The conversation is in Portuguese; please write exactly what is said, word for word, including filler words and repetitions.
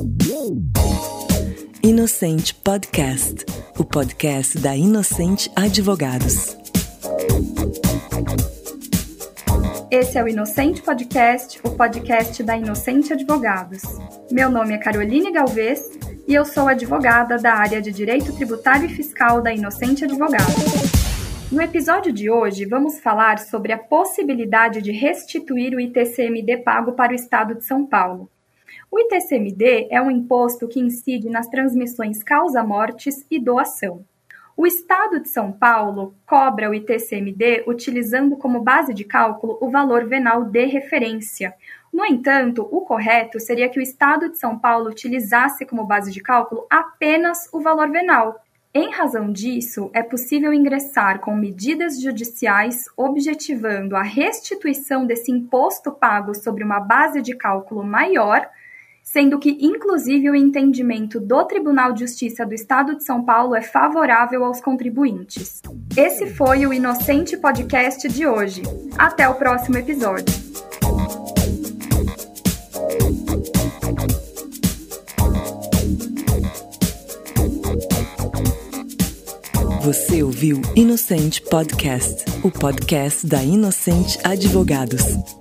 Inocente Podcast, o podcast da Inocente Advogados. Esse é o Inocente Podcast, o podcast da Inocente Advogados. Meu nome é Caroline Galvez e eu sou advogada da área de Direito Tributário e Fiscal da Inocente Advogados. No episódio de hoje, vamos falar sobre a possibilidade de restituir o I T C M D pago para o Estado de São Paulo. O I T C M D é um imposto que incide nas transmissões causa-mortes e doação. O Estado de São Paulo cobra o I T C M D utilizando como base de cálculo o valor venal de referência. No entanto, o correto seria que o Estado de São Paulo utilizasse como base de cálculo apenas o valor venal. Em razão disso, é possível ingressar com medidas judiciais objetivando a restituição desse imposto pago sobre uma base de cálculo maior, sendo que, inclusive, o entendimento do Tribunal de Justiça do Estado de São Paulo é favorável aos contribuintes. Esse foi o Inocente Podcast de hoje. Até o próximo episódio. Você ouviu Inocente Podcast, o podcast da Inocente Advogados.